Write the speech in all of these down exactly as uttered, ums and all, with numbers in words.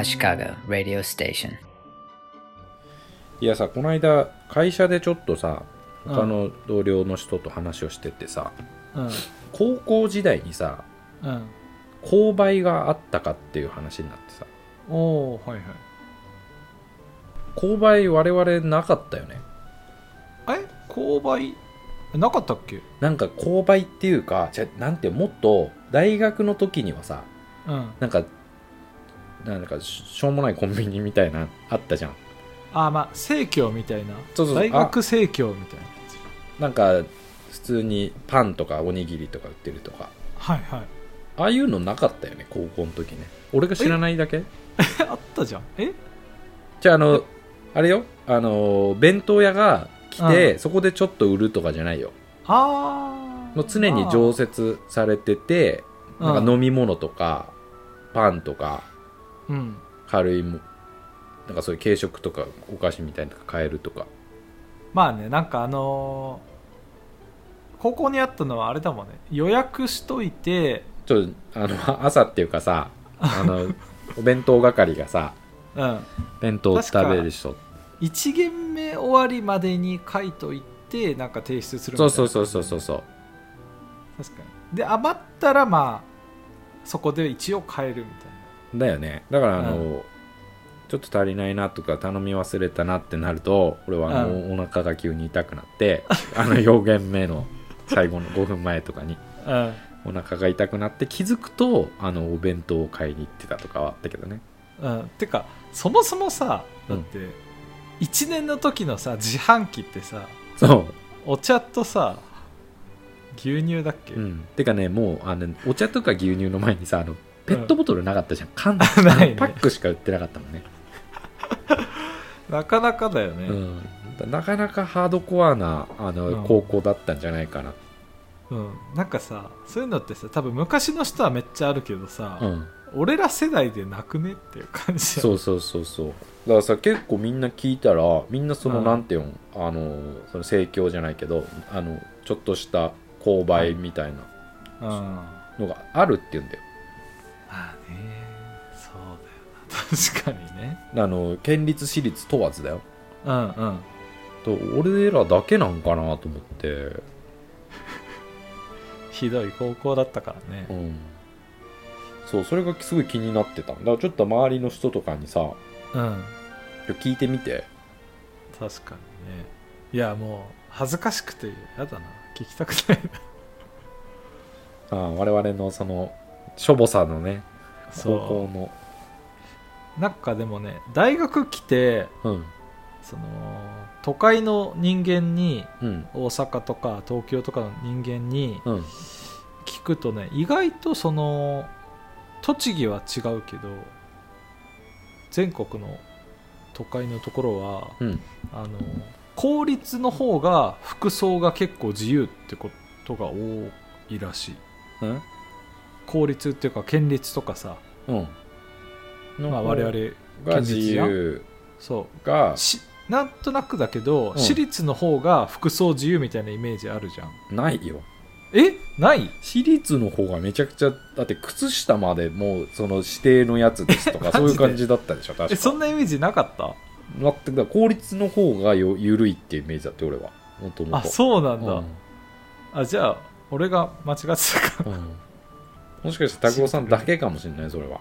Ashikaga Radio Station。 いやさ、この間会社でちょっとさ、他の同僚の人と話をしててさ、うん、高校時代にさ、うん、購買があったかっていう話になってさ。 おー、はいはい。 購買我々なかったよね。 え、購買なかったっけ？ なんか購買っていうか、じゃなんてもっと大学の時にはさ、うん、なんかなんかしょうもないコンビニみたいなあったじゃん。 ああ、まあ生協みたいな。 そうそう、 大学生協みたいなやつ。なんか普通にパンとかおにぎりとか売ってるとか。 はいはい。 ああいうのなかったよね、高校の時ね。俺が知らないだけ？ あったじゃん。え？ じゃああのあれよ、あの弁当屋が来て、うん、そこでちょっと売るとかじゃないよ。 ああ。 もう常に常設されてて、なんか飲み物とかパンとか、うん、軽いもなんかそういう軽食とかお菓子みたいなのが買えるとか。 まあね、なんかあのー、高校にあったのはあれだもんね、予約しといてちょっとあの朝っていうかさ、あのお弁当係がさ、うん、弁当を食べる人いち限目終わりまでに書いといてなんか提出するみたいな。 そうそうそうそうそう確かに。で余ったらまあそこで一応買えるみたいな。だよね。だからあの、うん、ちょっと足りないなとか頼み忘れたなってなると、俺はあの、うん、お腹が急に痛くなってあのよ限目の最後のごふんまえとかに、うん、お腹が痛くなって気づくとあのお弁当を買いに行ってたとかはあったけどね。 うん、てかそもそもさ、だって、うん、いちねんの時のさ自販機ってさ、 そうお茶とさ牛乳だっけ、 うん、てかね、もうあのお茶とか牛乳の前にさ、あのペットボトルなかったじゃん、うん、缶ない、ね、パックしか売ってなかったもんねなかなかだよね、うん、 なかなかハードコアなあの、うん、高校だったんじゃないかな。 うん、なんかさ、そういうのってさ、多分昔の人はめっちゃあるけどさ、うん、俺ら世代でなくねっていう感じ。 そうそうそうそう。だからさ、結構みんな聞いたらみんなその、うん、なんていうの、あのその生協じゃないけど、あのちょっとした購買みたいなのがあるって言うんだよ。 まあね、そうだよな、確かにね。 あの県立私立問わずだよ。 うんうん。 と俺らだけなんかなと思って。 ひどい高校だったからね、うん、 そう、それがすごい気になってた。だからちょっと周りの人とかにさ、うん、聞いてみて。 確かにね。いやもう恥ずかしくてやだな、聞きたくないなああ、我々のそのしょぼさのね、高校のなんかでもね、大学来て、うん、その都会の人間に、うん、大阪とか東京とかの人間に聞くとね、意外とその栃木は違うけど全国の都会のところは、うん、あの公立の方が服装が結構自由ってことが多いらしい。ん？公立っていうか県立とかさ、うん、まあ、我々 が自由そうがなんとなくだけど、うん、私立の方が服装自由みたいなイメージあるじゃん。 ないよ。 え？ない？ 私立の方がめちゃくちゃ、だって靴下までもうその指定のやつですとかそういう感じだったでしょ、確か。 え、そんなイメージなかった？ 全くだ。公立の方がよ緩いっていうイメージだって俺は。もともと。 あ、そうなんだ、うん、あ、じゃあ俺が間違ってたか、うん、 もしかして拓郎さんだけかもしれない、それ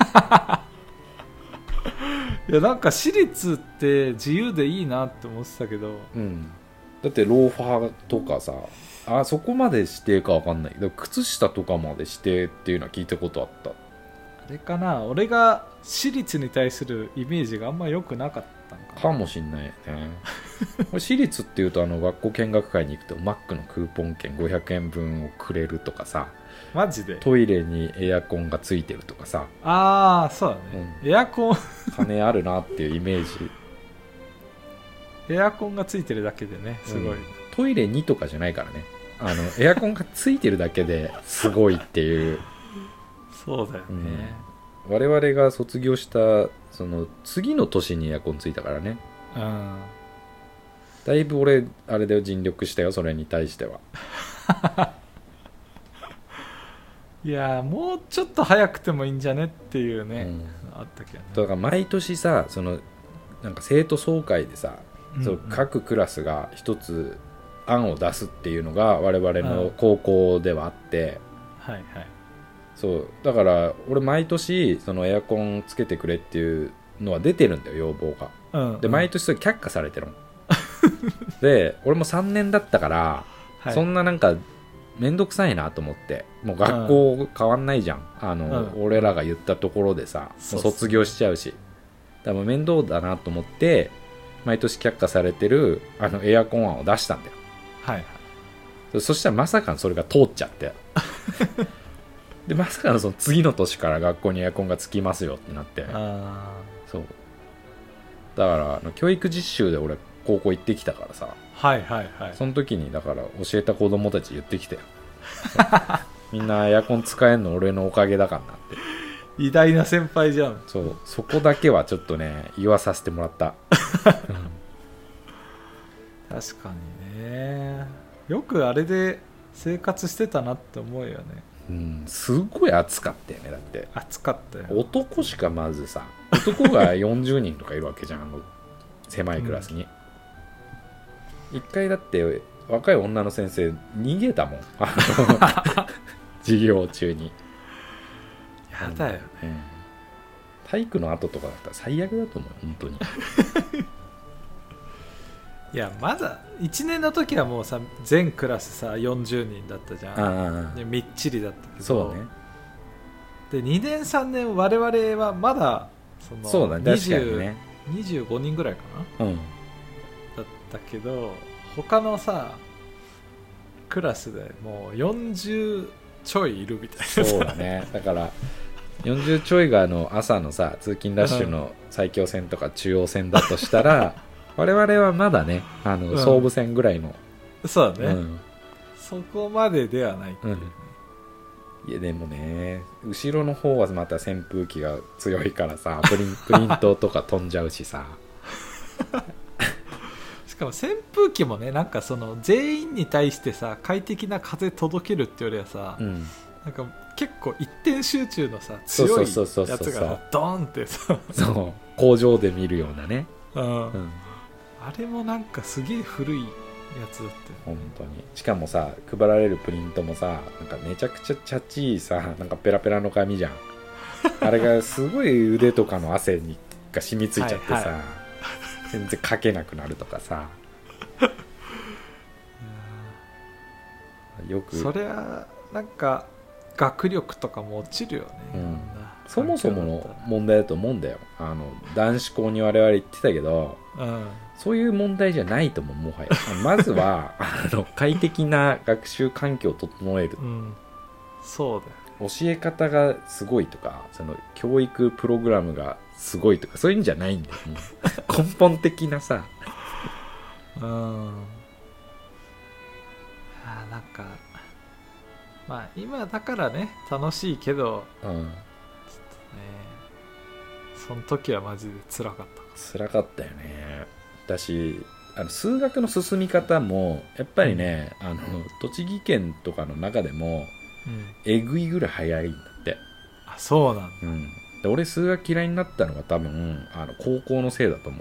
はいや、なんか私立って自由でいいなって思ってたけど、 うん、だってローファーとかさ、あそこまで指定か分かんないけど靴下とかまで指定っていうのは聞いたことあった。 あれかな、俺が私立に対するイメージがあんま良くなかったのかな。 かもしんないね私立っていうと、あの学校見学会に行くとマックのクーポン券ごひゃくえんぶんをくれるとかさ、 マジでトイレにエアコンがついてるとかさ。 ああ、そうだね、うん、エアコン金あるなっていうイメージエアコンがついてるだけでね、すごい、うん、 トイレにとかじゃないからね、あのエアコンがついてるだけですごいっていうそうだよね、 うん、我々が卒業したその次の年にエアコンついたからね、うん、だいぶ俺あれで尽力したよ、それに対してはいや、もうちょっと早くてもいいんじゃねっていうね、 あったけどね。 だから毎年さそのなんか生徒総会でさ、うんうん、そう各クラスが一つ案を出すっていうのが我々の高校ではあって、 うん、はいはい。 そうだから俺毎年そのエアコンつけてくれっていうのは出てるんだよ要望が、うんうん、で毎年それ却下されてるので俺もさんねんだったから、はい、そんななんかめんどくさいなと思ってもう学校変わんないじゃん、あの、うん、俺らが言ったところでさもう卒業しちゃうし多分面倒だなと思って毎年却下されてるあのエアコン案を出したんだよ、はいはい、そしたらまさかのそれが通っちゃってでまさかのその次の年から学校にエアコンがつきますよってなって、あそうだからあの教育実習で俺高校行ってきたからさ、 はいはいはい、 その時にだから教えた子供たち言ってきたよみんなエアコン使えんの俺のおかげだからなって偉大な先輩じゃん。 そうそこだけはちょっとね言わさせてもらった確かにねよくあれで生活してたなって思うよね。 うん、すごい暑かったよね。だって暑かったよ。 男しかまずさ男がよんじゅうにんとかいるわけじゃんあの狭いクラスに、うん、一回だって若い女の先生逃げたもんあの授業中に。 やだよね、うん、 体育の後とかだったら最悪だと思う本当にいやまだいちねんの時はもうさ全クラスさよんじゅうにんだったじゃん。でみっちりだったけどそうね。 でにねんさんねん我々はまだそのそうだね確かにねにじゅうごにんぐらいかな、うん、だったけど他のさクラスでもうよんじゅうちょいいるみたいな。 そうだねだからよんじゅうちょいがあの朝のさ通勤ラッシュの埼京線とか中央線だとしたら我々はまだねあの、うん、総武線ぐらいのそうだね、うん、そこまでではないっていう、ねうん、いやでもね後ろの方はまた扇風機が強いからさプリン、プリントとか飛んじゃうしさしかも扇風機もねなんかその全員に対してさ快適な風届けるってよりはさ、うん、なんか結構一点集中のさ強いやつがドーンってさそう工場で見るようなね、うん、 うんあれもなんかすげえ古いやつだったよ、ね、 本当に。しかもさ配られるプリントもさなんかめちゃくちゃチャチいさなんかペラペラの紙じゃんあれがすごい腕とかの汗にが染みついちゃってさ、はいはい、全然書けなくなるとかさよくそりゃなんか学力とかも落ちるよね、うん、 そもそもの問題だと思うんだよ。あの男子校に我々行ってたけど、うん、そういう問題じゃないと思う。もはやまずはあの快適な学習環境を整える、うん、 そうだよ。 教え方がすごいとかその教育プログラムがすごいとかそういうんじゃないんだよ根本的なさうんあなんかまあ今だからね楽しいけど、うん、ちょっとねその時はマジで辛かった辛かったよね。私あの数学の進み方もやっぱりね、うん、あの栃木県とかの中でも、うん、えぐいぐらい早いんだって。 あそうなんだ、 うん、で俺数学嫌いになったのが多分あの高校のせいだと思う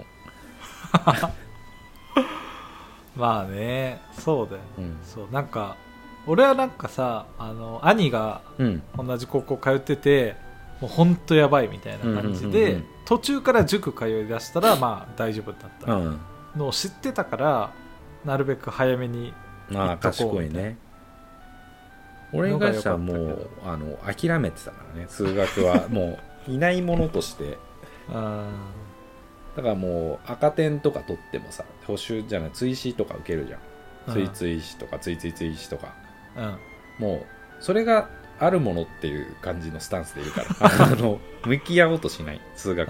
まあねそうだよ、うん、そうなんか俺はなんかさあの兄が同じ高校通ってて、うん、もうほんとやばいみたいな感じで、うんうんうんうん、途中から塾通い出したらまあ大丈夫だったのを知ってたから、うん、なるべく早めに行っとこうみたいな。 賢いね。俺がしたらもうあの諦めてたからね数学はもういないものとしてあだからもう赤点とか取ってもさ補習じゃない追試とか受けるじゃん。追追試とか追追追試とか、うん、もうそれがあるものっていう感じのスタンスでいるからあの向き合おうとしない数学と。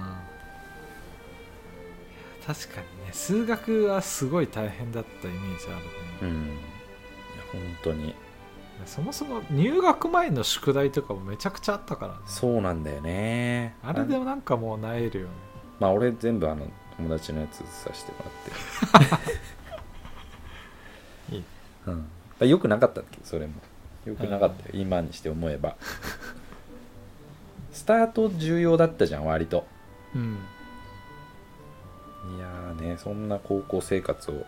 確かにね数学はすごい大変だったイメージあるね。うんいや本当にそもそも入学前の宿題とかもめちゃくちゃあったからね。 そうなんだよね。 あれでもなんかもう萎えるよね。 まあ俺全部あの友達のやつさせてもらっていい、うん、よくなかったっけそれもよくなかったよ、うん、今にして思えばスタート重要だったじゃん割と。 うん。 いやーね、そんな高校生活を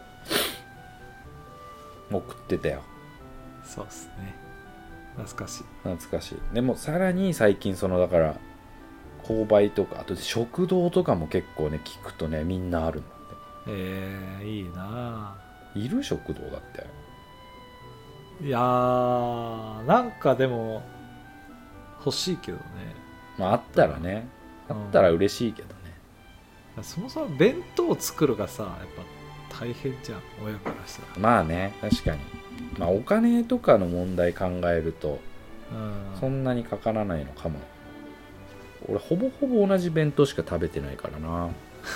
送ってたよ。 そうっすね。懐かしい。 懐かしい。でもさらに最近そのだから購買とかあと食堂とかも結構ね聞くとねみんなあるんだって。 えー、いいな。 いる食堂だって。 いやーなんかでも欲しいけどね。 まああったらね、あったら嬉しいけどね、 うん、そもそも弁当を作るがさやっぱ大変じゃん親からしたら。 まあね確かに、まあお金とかの問題考えると、うん、そんなにかからないのかも。俺ほぼほぼ同じ弁当しか食べてないからな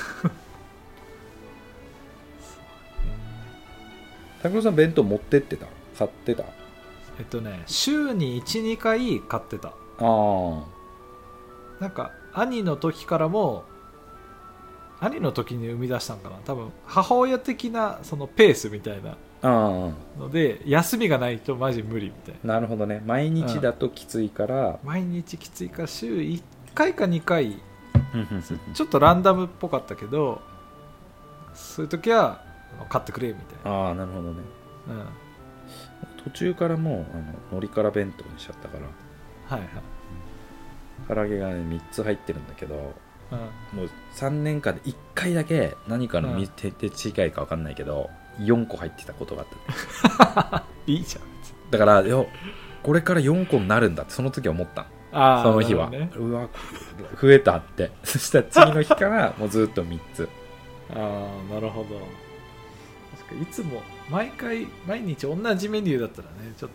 拓郎さん弁当持ってってた？買ってた？ えっとね週に いち,に 回買ってた。 ああ。 なんか兄の時からも兄の時に生み出したんかな多分母親的なそのペースみたいなので休みがないとマジ無理みたいな。 なるほどね。毎日だときついから、うん、 毎日きついから週いっかいかにかいちょっとランダムっぽかったけどそういう時は買ってくれみたいな。 ああなるほどね、うん、途中からもうあの海苔から弁当にしちゃったから。 はいはい。 唐揚げが、ね、みっつ入ってるんだけど、 うん、 もうさんねんかんでいっかいだけ何かの手違いか分かんないけどよんこ入ってたことがあった、ね、 いいじゃん。 だからよこれからよんこになるんだってその時は思ったあその日は、ね、うわ増えたってそしたら次の日からもうずっとみっつ。 ああなるほど。確かいつも毎回毎日同じメニューだったらねちょっと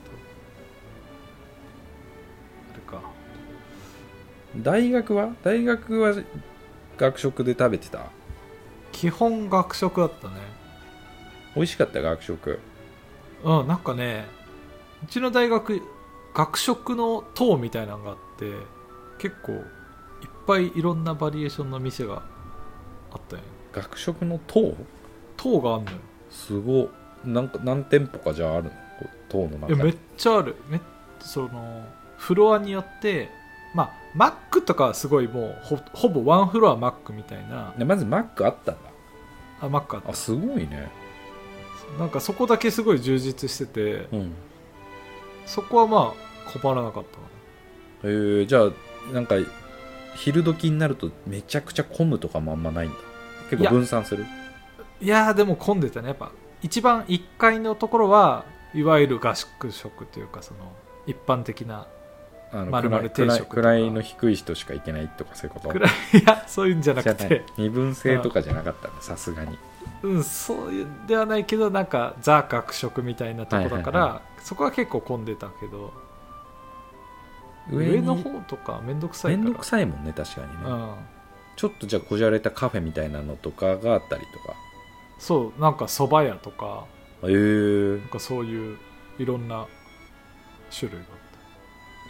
あれか。 大学は大学は学食で食べてた？ 基本学食だったね。 美味しかった学食。 うんなんかねうちの大学学食の棟みたいなのがあって結構いっぱいいろんなバリエーションの店があったよ。 学食の棟？ 棟があんのよ。 すごい。なんか何店舗かじゃああるの？棟の中に。 いやめっちゃある。めそのフロアによってまあマックとかはすごいもう ほ, ほぼワンフロアマックみたいな。 まずマックあったんだ。 あマックあった。 あすごいね。 なんかそこだけすごい充実してて、うん、そこはまあ困らなかったな。 えー、じゃあなんか昼時になるとめちゃくちゃ混むとかもあんまないんだ。結構分散する？ いやーでも混んでたね。やっぱ一番いっかいのところはいわゆる合宿食というかその一般的な丸々定食とか位の低い人しか行けないとかそういうこと？ いやそういうんじゃなくて身分制とかじゃなかったんださすがに。 うんそういうではないけどなんかザ学食みたいなとこだから、はいはいはい、そこは結構混んでたけど上の方とかめんどくさいからめんどくさいもんね確かにね、 うん、 ちょっとじゃあこじゃれたカフェみたいなのとかがあったりとか。 そうなんか蕎麦屋とか、 へー、 なんかそういういろんな種類があった。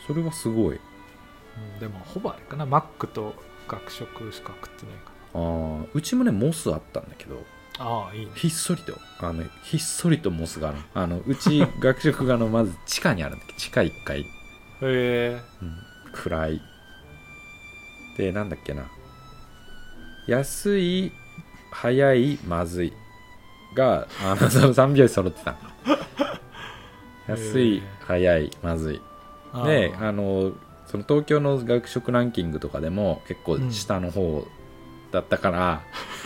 それはすごい、 うん、でもほぼあれかなマックと学食しか食ってないかな。あうちもねモスあったんだけどああいい、ね、 ひっそりとあのひっそりとモスがあるあのうち学食がのまず地下にあるんだけど地下いっかいへえ、 うん、暗いでなんだっけな安い早いまずいがあのそのさん拍子揃ってた安い早いまずいであのその東京の学食ランキングとかでも結構下の方だったから、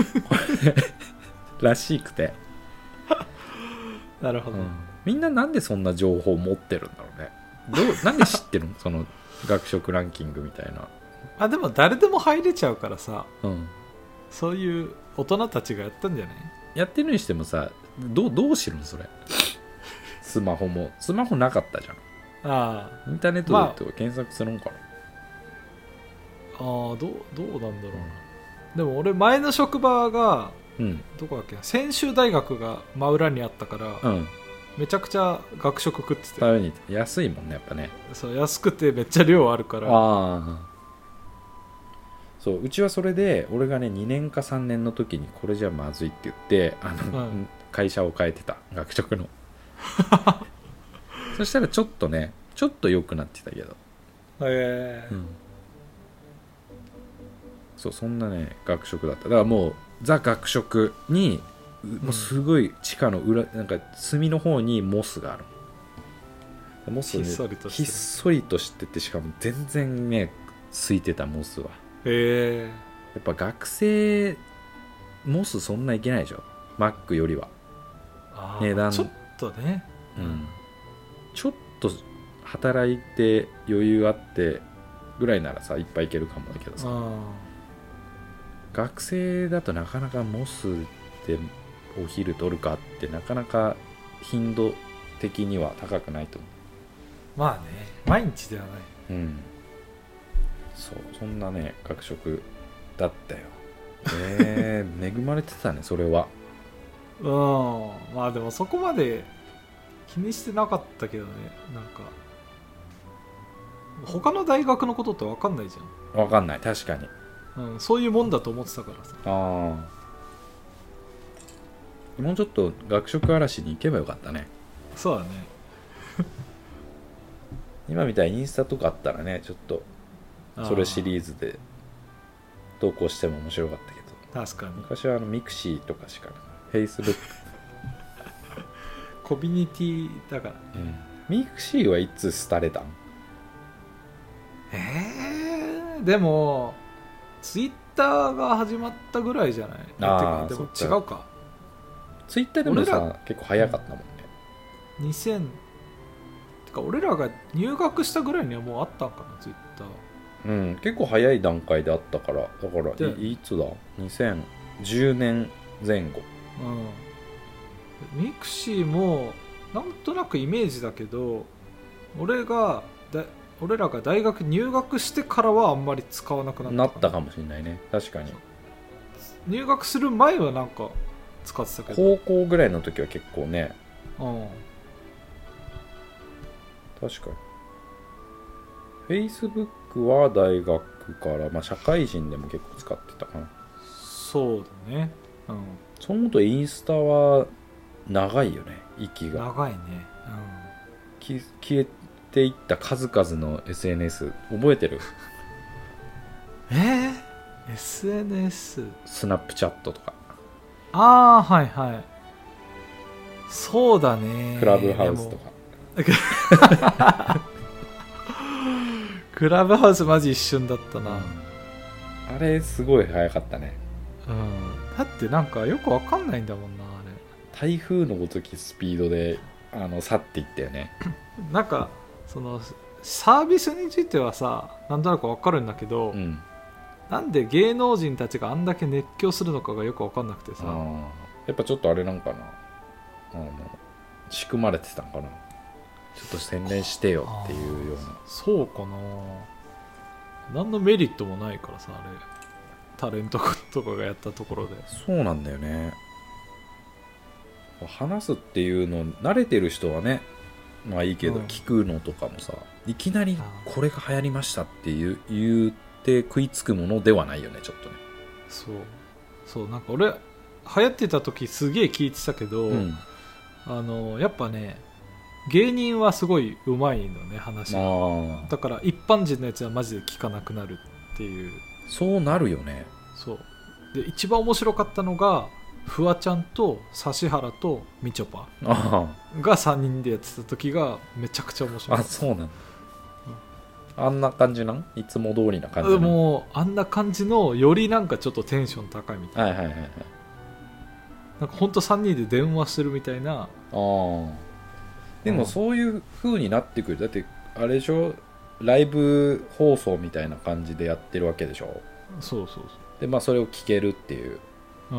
うん、らしくてなるほど、うん、 みんななんでそんな情報を持ってるんだろうね。どうなんで知ってるのその学食ランキングみたいな。 あでも誰でも入れちゃうからさ、 うん、 そういう大人たちがやったんじゃない？ やってるにしてもさ ど, どう知るのそれスマホもスマホなかったじゃん。 あインターネットで検索するのかな、 まあ、あどうどうなんだろうな。でも俺前の職場が、うん、どこだっけ専修大学が真裏にあったから、うん、めちゃくちゃ学食食ってて安いもんねやっぱね。 そう安くてめっちゃ量あるから。 あそううちはそれで俺がねにねんかさんねんの時にこれじゃまずいって言ってあの、うん、会社を変えてた学食のそしたらちょっとねちょっと良くなってたけどへえー、うん、 そうそんなね学食だった。だからもうザ学食にもうすごい地下の裏、なんか隅の方にモスがある。モス、ね、 ひっそりとしてひっそりとしてて、しかも全然ね空いてた。モスはへえ。 やっぱ学生モスそんないけないでしょ、マックよりは。 あ値段ちょっとね、 うん、ちょっと働いて余裕あってぐらいならさいっぱいいけるかもだけどさ、学生だとなかなかモスでお昼取るかってなかなか頻度的には高くないと思う。 まあね、毎日ではない。 うん、そうそんなね学食だったよ。えー、恵まれてたねそれは。 うん、まあでもそこまで気にしてなかったけどね。なんか他の大学のことって分かんないじゃん。分かんない、確かに。 うん、そういうもんだと思ってたからさ。 ああ、もうちょっと学食嵐に行けばよかったね。 そうだね。 今みたいにインスタとかあったらね、ちょっとそれシリーズで投稿しても面白かったけど。 確かに。 昔はあのミクシーとかしか、フェイスブックコミュニティだから、 うん、ミクシーはいつ廃れたん？ えー、でもツイッターが始まったぐらいじゃない？ あでも違うか。 ツイッターでもさ結構早かったもんね。 にせんてか俺らが入学したぐらいにはもうあったんかな、ツイッター。 うん、結構早い段階であったから。だからい, いつだにせんじゅうねんぜん後。 うん、ミクシーもなんとなくイメージだけど、俺がだ俺らが大学入学してからはあんまり使わなくなったなったかもしれないね。確かに入学する前はなんか使ってたけど、 高校ぐらいの時は結構ね。 うん、 確かに Facebook は大学から、まあ、社会人でも結構使ってたかな。 そうだね、うん、 そう思うとインスタは長いよね、息が。 長いね、 うん、消えていった数々の エスエヌエス 覚えてる？ えー、エスエヌエス？ スナップチャットとか。 ああ、はいはい、そうだね。 クラブハウスとか。 クラブハウスマジ一瞬だったな、うん、 あれすごい早かったね。 うん、だってなんかよくわかんないんだもんな、あれ。 台風のごときスピードであの去っていったよね。 なんかそのサービスについてはさなんとなくわかるんだけど、うん、なんで芸能人たちがあんだけ熱狂するのかがよくわかんなくてさ。 あ、やっぱちょっとあれなんかな、あの仕組まれてたんかな、ちょっと宣伝してよっていうような。 そうかな、何のメリットもないからさ、あれタレントとかがやったところで。 そうなんだよね。話すっていうの慣れてる人はねまあいいけど、うん、聞くのとかもさ、いきなりこれが流行りましたって言う、言って食いつくものではないよね、ちょっとね。 そうそうなんか俺流行ってた時すげえ聞いてたけど、うん、あのやっぱね芸人はすごい上手いのね、話が。だから一般人のやつはマジで聞かなくなるっていう。 そうなるよね。 そうで一番面白かったのがフワちゃんと指原とみちょぱがさんにんでやってた時がめちゃくちゃ面白い。 あ、そうなんだ、うん、あんな感じなん？いつも通りな感じなん？ もうあんな感じのよりなんかちょっとテンション高いみたいな、 はいはいはいはい、 なんかほんとさんにんで電話してるみたいな。あでもそういう風になってくる。だってあれでしょ、ライブ放送みたいな感じでやってるわけでしょ。 そうそうそう。 でまあそれを聞けるっていう、 うん、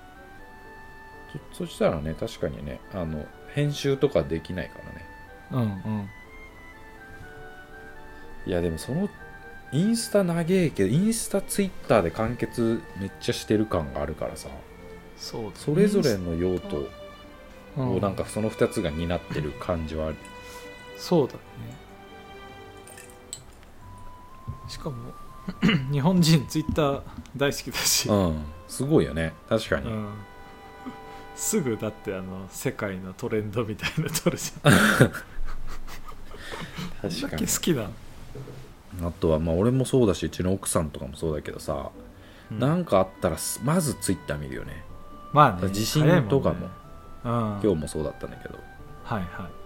そ, そしたらね確かにね、あの編集とかできないからね。 うんうん。 いやでもそのインスタ長えけど、インスタツイッターで完結めっちゃしてる感があるからさ。 そうだね、 それぞれの用途をなんかそのふたつが担ってる感じはある、 うん、そうだね。しかも日本人ツイッター大好きだし、 うん、すごいよね確かに、うん、 すぐだってあの世界のトレンドみたいなの撮るじゃん。確かに好きだ。 あとはまあ俺もそうだし、うちの奥さんとかもそうだけどさ、 うん、なんかあったらまずツイッター見るよね。 まあね、 地震とかも、ね、うん、今日もそうだったんだけど、 はいはい。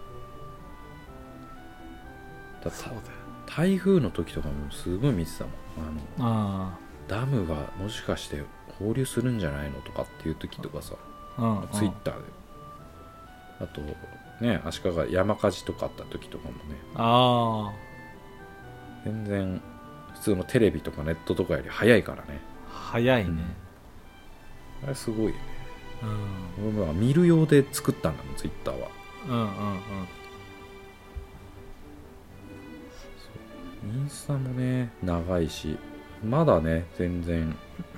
だって台風の時とかもすごい見てたもん。あのあダムがもしかして放流するんじゃないのとかっていう時とかさ、うん、ツイッターで、あとね、足利山火事とかあった時とかもね、あ全然普通のテレビとかネットとかより早いからね。 早いね、 うん、あれすごいよね。うん、俺は見る用で作ったんだもんツイッターは。うんうんうん。インスタもね長いし、まだね全然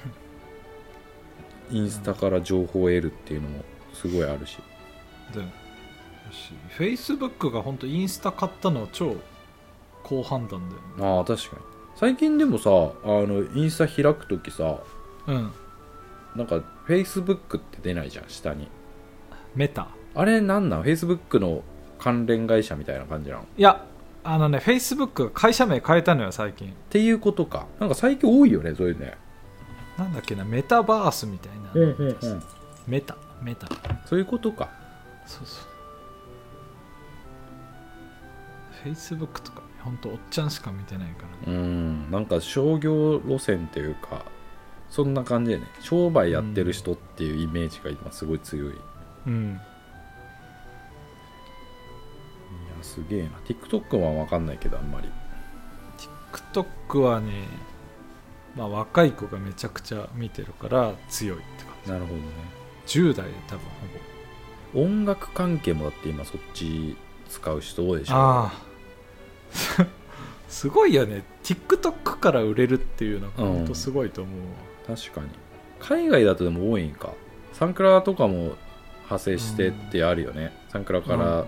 インスタから情報を得るっていうのもすごいあるし、 でフェイスブックが本当インスタ買ったのは超好判断だよね。 ああ確かに。最近でもさ、あのインスタ開くときさ、うん、なんかフェイスブックって出ないじゃん下に。 メタあれなんなん？フェイスブックの関連会社みたいな感じなの？ いやあのね、フェイスブック会社名変えたのよ最近。 っていうことか。なんか最近多いよねそういうね。 なんだっけな、メタバースみたいな、うんうんうん、メタメタそういうことか。 そうそう。フェイスブックとか本当おっちゃんしか見てないから、 ね、うんなんか商業路線っていうかそんな感じでね、商売やってる人っていうイメージが今すごい強い。うん、いやすげえな。 TikTok は分かんないけどあんまり。 TikTok はね、まあ若い子がめちゃくちゃ見てるから強いって感じ。 なるほどね。 じゅう代で多分ほぼ音楽関係もだって今そっち使う人多いでしょ。 ああすごいよね。 TikTok から売れるっていうのが本当すごいと思う、 うん、確かに。海外だとでも多いんか。サンクラとかも派生してってあるよね、うん、サンクラから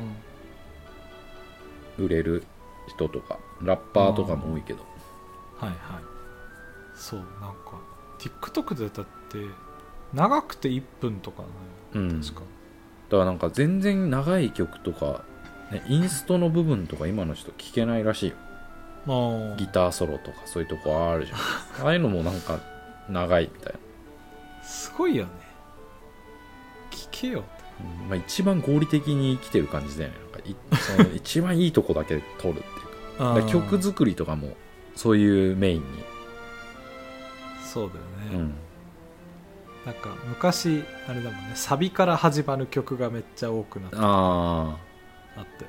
売れる人とかラッパーとかも多いけど、 はいはい。そうなんか TikTok でだって長くていっぷんとかね、うん、確か。 だからなんか全然長い曲とか、ね、インストの部分とか今の人聞けないらしいよ。ギターソロとかそういうとこあるじゃんああいうのもなんか長いみたいな。 すごいよね。聞けよって、 うんまあ、一番合理的に生きてる感じだよね。なんかいその一番いいとこだけ撮るっていうかだから曲作りとかもそういうメインに。 そうだよね、うん、なんか昔あれだもんね、サビから始まる曲がめっちゃ多くなってああって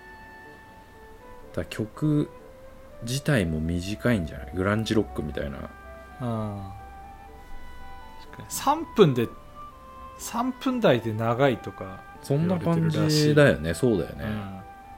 だ曲自体も短いんじゃない？グランジロックみたいな。 あさんぷんでさんぷん台で長いとかそんな感じだよね。そうだよね、うん、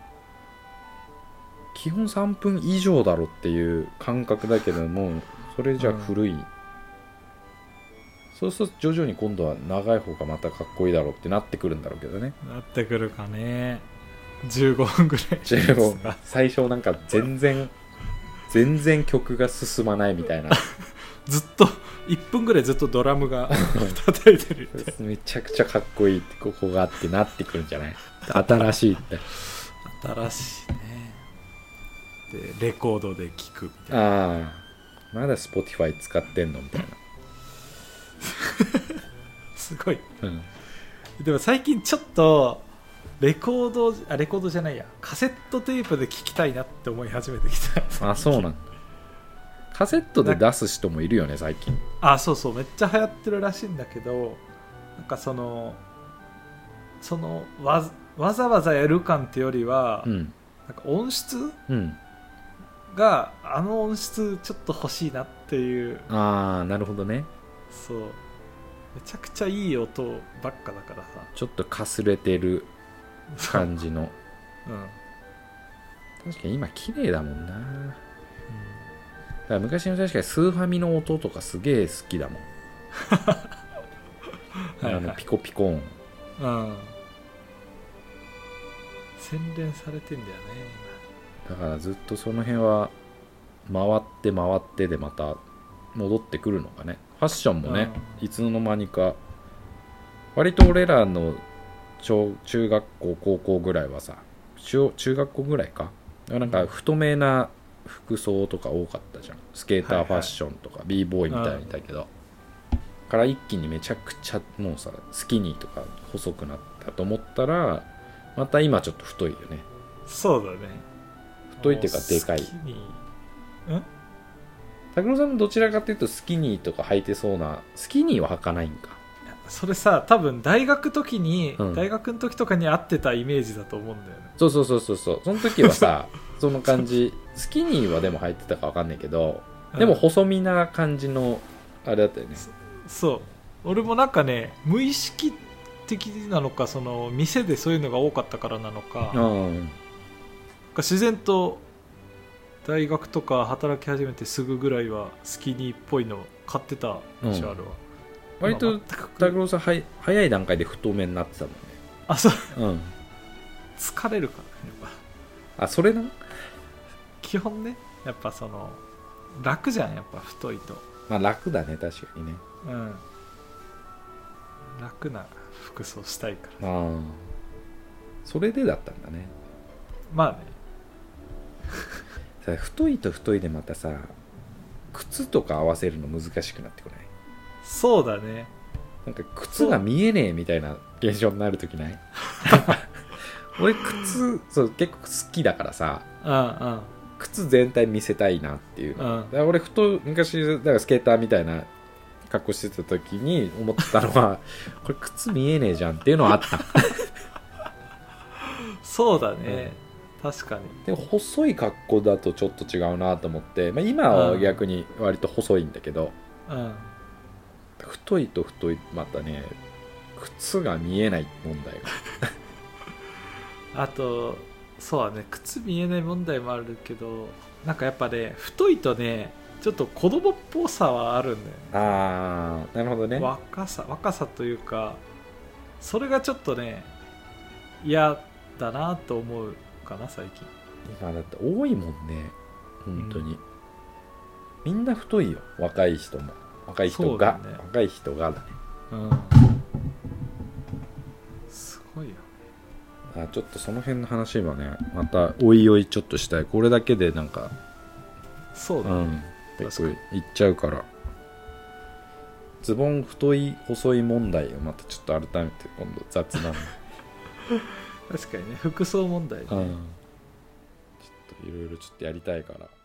基本さんぷん以上だろっていう感覚だけどもそれじゃ古い、うん、そうすると徐々に今度は長い方がまたかっこいいだろうってなってくるんだろうけどね。 なってくるかね。じゅうごふんぐらいじゅうご最初なんか全然全然曲が進まないみたいなずっといっぷんぐらいずっとドラムが叩いてるってめちゃくちゃかっこいいってここがあってなってくるんじゃない？新しいって新しいね。でレコードで聴くみたいな。ああまだ Spotify 使ってんのみたいなすごい、うん、でも最近ちょっとレコードあレコードじゃないやカセットテープで聴きたいなって思い始めてきた。 あそうなんだ。カセットで出す人もいるよね最近。 あそうそうめっちゃ流行ってるらしいんだけどなんかそのその わ, わざわざやる感ってよりは、うん、なんか音質、うん、があの音質ちょっと欲しいなっていう。 ああなるほどね。 そうめちゃくちゃいい音ばっかだからさちょっとかすれてる感じの、うん、確かに今綺麗だもんな、うん、だから昔の確かにスーファミの音とかすげえ好きだもんはい、はい、あのピコピコ音、うん、 洗練されてんだよね。 だからずっとその辺は回って回ってでまた戻ってくるのかね。ファッションもねいつの間にか割と俺らの小中学校高校ぐらいはさ 中, 中学校ぐらいかなんか太めな服装とか多かったじゃん。スケーターファッションとか、はいはい、b ボーイみたいにいたけどから一気にめちゃくちゃもうさスキニーとか細くなったと思ったらまた今ちょっと太いよね。 そうだね。 太いっていうかでかい。 スキニーん拓郎さんもどちらかというとスキニーとか履いてそうな。スキニーは履かないんか。 それさ多分大学時に、 うん、 大学の時とかに合ってたイメージだと思うんだよね。 そうそうそうそうそう。その時はさその感じスキニーはでも履いてたか分かんないけど、でも細身な感じのあれだったよね。 そう俺もなんかね無意識的なのかその店でそういうのが多かったからなのか、うん、自然と大学とか働き始めてすぐぐらいはスキニーっぽいの買ってた印象あるわ、 うん、割と拓郎さんは早い段階で太めになってたもんね。 あそう、 うん、 疲れるからねやっぱ。あそれな基本ねやっぱその楽じゃんやっぱ太いと。 まあ楽だね確かにね。 うん楽な服装したいから。 ああそれでだったんだね。 まあねさ太いと太いでまたさ靴とか合わせるの難しくなってこない？ そうだね。 なんか靴が見えねえみたいな現象になるときない？俺靴そう結構好きだからさ、 うんうん、 靴全体見せたいなっていう、うん、だから俺ふと昔だからスケーターみたいな格好してた時に思ったのはこれ靴見えねえじゃんっていうのはあったそうだね、うん、確かに。 でも細い格好だとちょっと違うなと思って、まあ、今は逆に割と細いんだけど、うん、太いと太いまたね靴が見えない問題があとそうだね靴見えない問題もあるけどなんかやっぱね太いとねちょっと子供っぽさはあるんだよね。 ああなるほどね。 若さ若さというかそれがちょっとね嫌だなと思うかな最近。 今だって多いもんね本当に、うん、みんな太いよ若い人も若い人が、ね、若い人がだね、うん、 すごいよね。 あちょっとその辺の話はねまたおいおいちょっとしたい。これだけでなんかそうだね、うん結構いっちゃうからズボン太い細い問題をまたちょっと改めて今度雑談確かにね服装問題ね、うん、 ちょっといろいろちょっとやりたいから